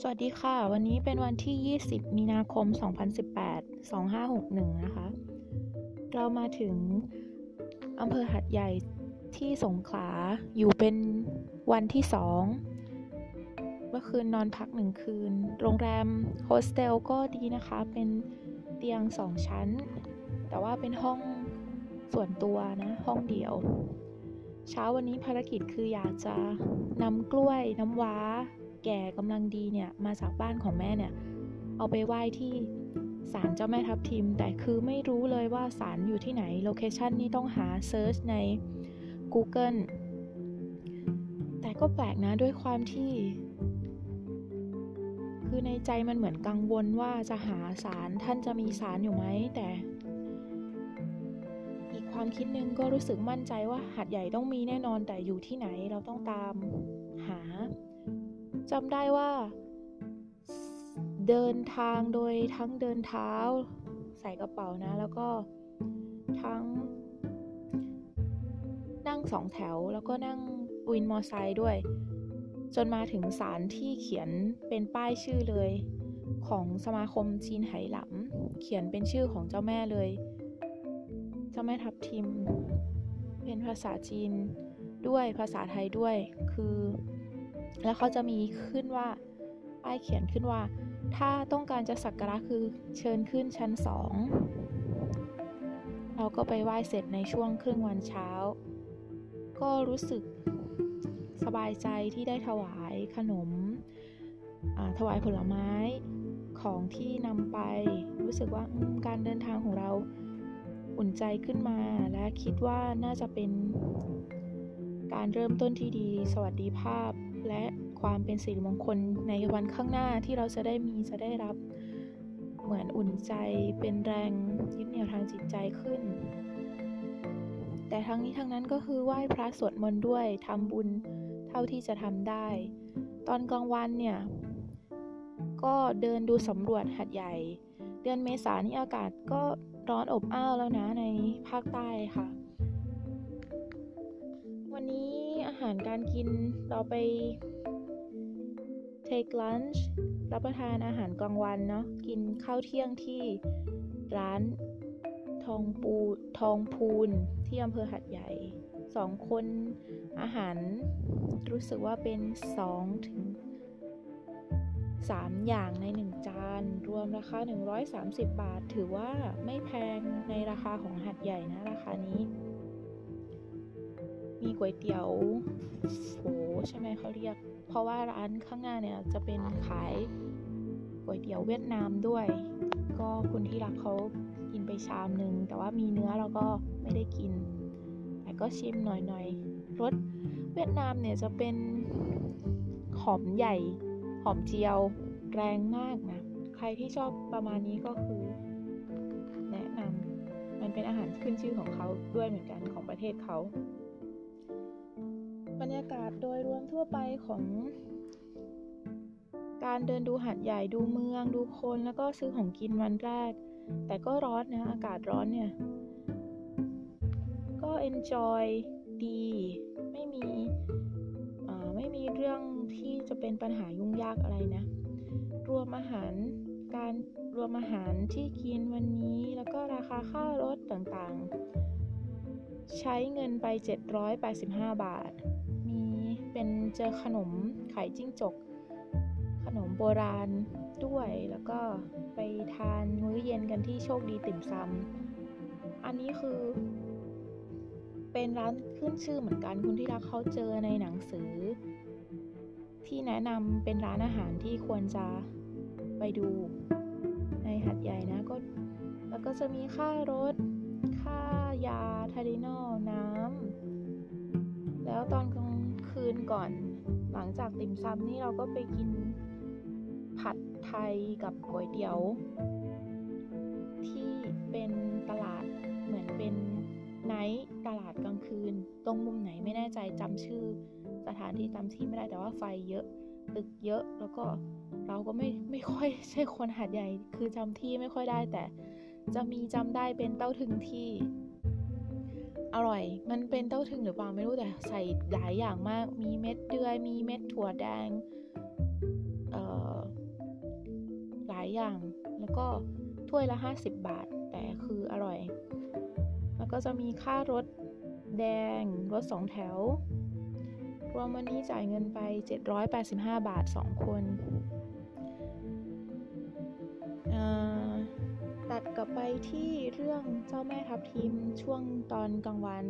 สวัสดีค่ะวันนี้เป็นวันที่20มีนาคม2018 2561นะคะเรามาถึงอำเภอหัดใหญ่ที่สงขลาอยู่เป็นวันที่2เมื่อคืนนอนพัก1คืนโรงแรมโฮสเทลก็ดีนะคะเป็นเตียง2ชั้นแต่ว่าเป็นห้องส่วนตัวนะห้องเดียวเช้าวันนี้ภารกิจคืออยากจะนำกล้วยน้ำว้าแก่กำลังดีเนี่ยมาจากบ้านของแม่เนี่ยเอาไปไหว้ที่ศาลเจ้าแม่ทับทิมแต่คือไม่รู้เลยว่าศาลอยู่ที่ไหนโลเคชั่นนี่ต้องหาเซิร์ชใน Google แต่ก็แปลกนะด้วยความที่คือในใจมันเหมือนกังวลว่าจะหาศาลท่านจะมีศาลอยู่ไหมแต่อีกความคิดนึงก็รู้สึกมั่นใจว่าหาดใหญ่ต้องมีแน่นอนแต่อยู่ที่ไหนเราต้องตามหาจำได้ว่าเดินทางโดยทั้งเดินเท้าใส่กระเป๋านะแล้วก็ทั้งนั่ง2แถวแล้วก็นั่งวินมอไซค์ด้วยจนมาถึงศาลที่เขียนเป็นป้ายชื่อเลยของสมาคมจีนไหหลำเขียนเป็นชื่อของเจ้าแม่เลยเจ้าแม่ทับทิมเป็นภาษาจีนด้วยภาษาไทยด้วยคือแล้วเขาจะมีขึ้นว่าป้ายเขียนขึ้นว่าถ้าต้องการจะสักการะคือเชิญขึ้นชั้น2เราก็ไปไหว้เสร็จในช่วงครึ่งวันเช้าก็รู้สึกสบายใจที่ได้ถวายขนมถวายผลไม้ของที่นำไปรู้สึกว่าการเดินทางของเราอุ่นใจขึ้นมาและคิดว่าน่าจะเป็นการเริ่มต้นที่ดีสวัสดิภาพและความเป็นสิริมงคลในวันข้างหน้าที่เราจะได้รับเหมือนอุ่นใจเป็นแรงยึดเหนี่ยวทางจิตใจขึ้นแต่ทั้งนี้ทั้งนั้นก็คือไหว้พระสวดมนต์ด้วยทำบุญเท่าที่จะทำได้ตอนกลางวันเนี่ยก็เดินดูสำรวจหาดใหญ่เดือนเมษายนนี่อากาศก็ร้อนอบอ้าวแล้วนะในภาคใต้ค่ะวันนี้อาหารการกินเราไป take lunch รับประทานอาหารกลางวันเนาะกินข้าวเที่ยงที่ร้านทองพูนที่อำเภอหัดใหญ่2คนอาหารรู้สึกว่าเป็น2 ถึง 3อย่างใน1จานรวมราคา130 บาทถือว่าไม่แพงในราคาของหัดใหญ่นะราคานี้มีก๋วยเตี๋ยวโหใช่ไหมเขาเรียกเพราะว่าร้านข้างหน้าเนี่ยจะเป็นขายก๋วยเตี๋ยวเวียดนามด้วยก็คุณที่รักเขากินไปชามนึงแต่ว่ามีเนื้อเราก็ไม่ได้กินแต่ก็ชิมหน่อยรสเวียดนามเนี่ยจะเป็นหอมใหญ่หอมเจียวแรงมากนะใครที่ชอบประมาณนี้ก็คือแนะนำมันเป็นอาหารขึ้นชื่อของเขาด้วยเหมือนกันของประเทศเขาบรรยากาศโดยรวมทั่วไปของการเดินดูหาดใหญ่ดูเมืองดูคนแล้วก็ซื้อของกินวันแรกแต่ก็ร้อนนะอากาศร้อนเนี่ยก็ enjoy ดีไม่มีเรื่องที่จะเป็นปัญหายุ่งยากอะไรนะรวมอาหารที่กินวันนี้แล้วก็ราคาค่ารถต่างๆใช้เงินไป785 บาทมีเป็นเจอขนมไข่จิ้งจกขนมโบราณด้วยแล้วก็ไปทานมื้อเย็นกันที่โชคดีติ่มซำอันนี้คือเป็นร้านขึ้นชื่อเหมือนกันคุณที่รักเขาเจอในหนังสือที่แนะนำเป็นร้านอาหารที่ควรจะไปดูในหาดใหญ่นะก็แล้วก็จะมีค่ารถค่ายาทารินอลน้ำแล้วตอนกลางคืนก่อนหลังจากติ่มซำนี่เราก็ไปกินผัดไทยกับก๋วยเตี๋ยวที่เป็นตลาดเหมือนเป็นไนท์ตลาดกลางคืนตรงมุมไหนไม่แน่ใจจำชื่อสถานที่จำที่ไม่ได้แต่ว่าไฟเยอะตึกเยอะแล้วก็เราก็ไม่ค่อยใช่คนหาดใหญ่คือจำที่ไม่ค่อยได้แต่จะมีจำได้เป็นเต้าถึงที่อร่อยมันเป็นเต้าถึงหรือเปล่าไม่รู้แต่ใส่หลายอย่างมากมีเม็ดเดือยมีเม็ดถั่วแดงลายอย่างแล้วก็ถ้วยละ50 บาทแต่คืออร่อยแล้วก็จะมีค่ารถแดงรถ2 แถวรวมวันนี้จ่ายเงินไป785 บาท2 คนตัดกลับไปที่เรื่องเจ้าแม่ทับทิมช่วงตอนกลางวัน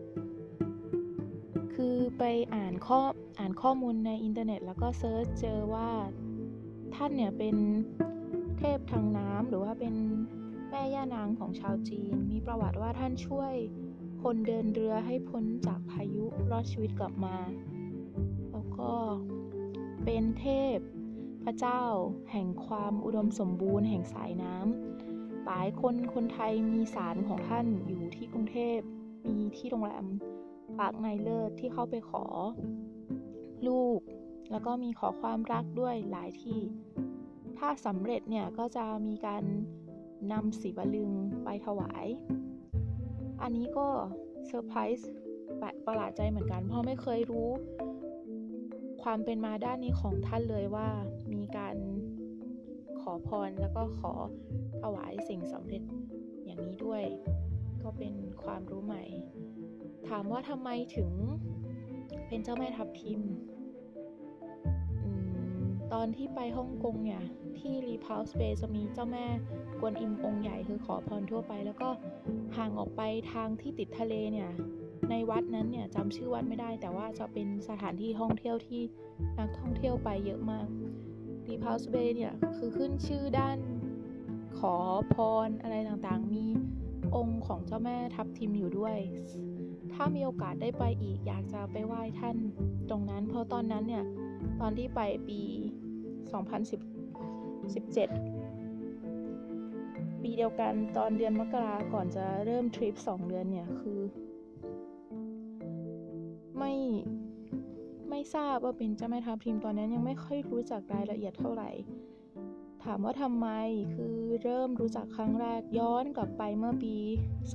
คือไปอ่านข้อมูลในอินเทอร์เน็ตแล้วก็เซิร์ชเจอว่าท่านเนี่ยเป็นเทพทางน้ำหรือว่าเป็นแม่ย่านางของชาวจีนมีประวัติว่าท่านช่วยคนเดินเรือให้พ้นจากพายุรอดชีวิตกลับมาแล้วก็เป็นเทพพระเจ้าแห่งความอุดมสมบูรณ์แห่งสายน้ำหลายคนไทยมีศาลของท่านอยู่ที่กรุงเทพมีที่โรงแรมปากในเลิศที่เข้าไปขอลูกแล้วก็มีขอความรักด้วยหลายที่ถ้าสำเร็จเนี่ยก็จะมีการนำสีวลึงไปถวายอันนี้ก็เซอร์ไพรส์ประหลาดใจเหมือนกันเพราะไม่เคยรู้ความเป็นมาด้านนี้ของท่านเลยว่ามีการขอพรแล้วก็ขอถวายสิ่งสำเร็จอย่างนี้ด้วยก็เป็นความรู้ใหม่ถามว่าทำไมถึงเป็นเจ้าแม่ทับทิมตอนที่ไปฮ่องกงเนี่ยที่รีพัลส์เบย์จะมีเจ้าแม่กวนอิมองค์ใหญ่คือขอพรทั่วไปแล้วก็ห่างออกไปทางที่ติดทะเลเนี่ยในวัดนั้นเนี่ยจำชื่อวัดไม่ได้แต่ว่าจะเป็นสถานที่ท่องเที่ยวที่นักท่องเที่ยวไปเยอะมากรีพัลส์เบย์เนี่ยคือขึ้นชื่อด้านขอพรอะไรต่างๆมีองค์ของเจ้าแม่ทับทิมอยู่ด้วยถ้ามีโอกาสได้ไปอีกอยากจะไปไหว้ท่านตรงนั้นเพราะตอนนั้นเนี่ยตอนที่ไปปี2017ปีเดียวกันตอนเดือนมกราก่อนจะเริ่มทริป2 เดือนเนี่ยคือไม่ทราบว่าเป็นเจ้าแม่ทับทิมตอนนั้นยังไม่ค่อยรู้จักรายละเอียดเท่าไหร่ถามว่าทำไมคือเริ่มรู้จักครั้งแรกย้อนกลับไปเมื่อปี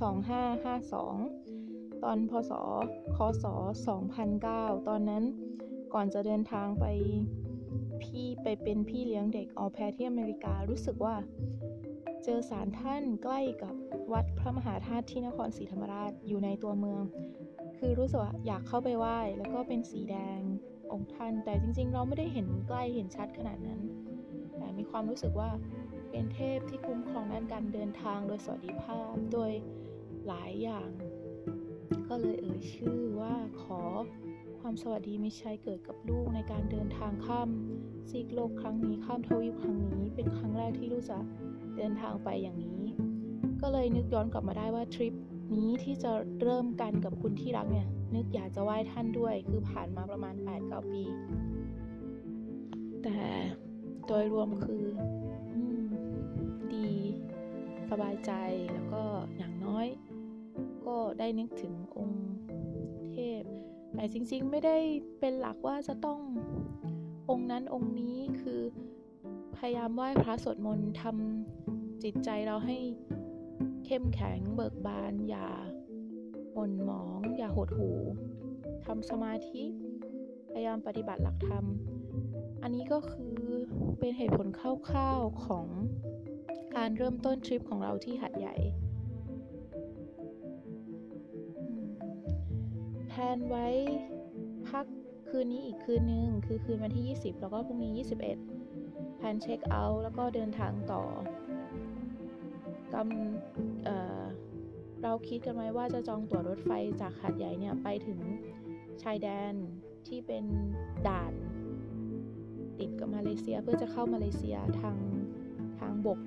2552ตอนคศ2009ตอนนั้นก่อนจะเดินทางไปเป็นพี่เลี้ยงเด็กออแพร์ที่อเมริการู้สึกว่าเจอศาลท่านใกล้กับวัดพระมหาธาตุที่นครศรีธรรมราชอยู่ในตัวเมืองคือรู้สึกว่าอยากเข้าไปไหว้แล้วก็เป็นสีแดงองค์ท่านแต่จริงๆเราไม่ได้เห็นใกล้เห็นชัดขนาดนั้นแต่มีความรู้สึกว่าเป็นเทพที่คุ้มครองด้านการเดินทางโดยสวัสดิภาพโดยหลายอย่างก็เลยชื่อว่าขอความสวัสดีมิชัยเกิดกับลูกในการเดินทางข้ามซีกโลกครั้งนี้ข้ามทวีปครั้งนี้เป็นครั้งแรกที่ลูกจะเดินทางไปอย่างนี้ก็เลยนึกย้อนกลับมาได้ว่าทริปนี้ที่จะเริ่มกันกับคุณที่รักเนี่ยนึกอยากจะไหว้ท่านด้วยคือผ่านมาประมาณ 8-9 ปีแต่โดยรวมคือดีสบายใจแล้วก็อย่างน้อยก็ได้นึกถึงองค์เทพแต่จริงๆไม่ได้เป็นหลักว่าจะต้ององค์นั้นองค์นี้คือพยายามไหว้พระสวดมนต์ทำจิตใจเราให้เข้มแข็งเบิกบานอย่าหม่นหมองอย่าหดหู่ทำสมาธิพยายามปฏิบัติหลักธรรมอันนี้ก็คือเป็นเหตุผลคร่าวๆของการเริ่มต้นทริปของเราที่หาดใหญ่แพลนไว้พักคืนนี้อีกคืนนึงคือคืนวันที่20แล้วก็พรุ่งนี้21แพลนเช็คเอาท์แล้วก็เดินทางต่อเราคิดกันไว้ว่าจะจองตั๋วรถไฟจากหาดใหญ่เนี่ยไปถึงชายแดนที่เป็นด่านติดกับมาเลเซียเพื่อจะเข้ามาเลเซียทางบก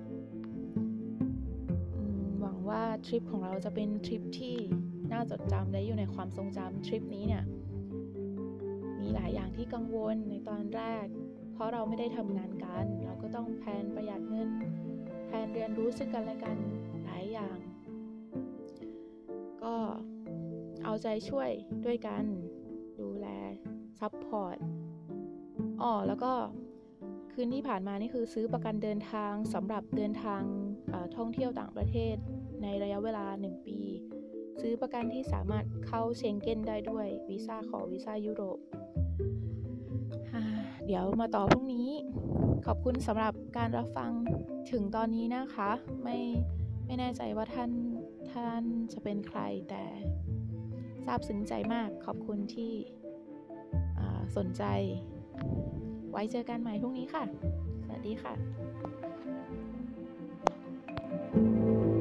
หวังว่าทริปของเราจะเป็นทริปที่น่าจดจำและอยู่ในความทรงจำทริปนี้เนี่ยมีหลายอย่างที่กังวลในตอนแรกเพราะเราไม่ได้ทำงานกันเราก็ต้องแพลนประหยัดเงินแพลนเรียนรู้ซึ่งกันและกันหลายอย่างก็เอาใจช่วยด้วยกันดูแลซัพพอร์ตแล้วก็คืนที่ผ่านมานี่คือซื้อประกันเดินทางสำหรับเดินทางท่องเที่ยวต่างประเทศในระยะเวลา1 ปีซื้อประกันที่สามารถเข้าเชงเก้นได้ด้วยวีซ่ายุโรปเดี๋ยวมาต่อพรุ่งนี้ขอบคุณสำหรับการรับฟังถึงตอนนี้นะคะไม่แน่ใจว่าท่านจะเป็นใครแต่ซาบซึ้งใจมากขอบคุณที่สนใจไว้เจอกันใหม่พรุ่งนี้ค่ะสวัสดีค่ะ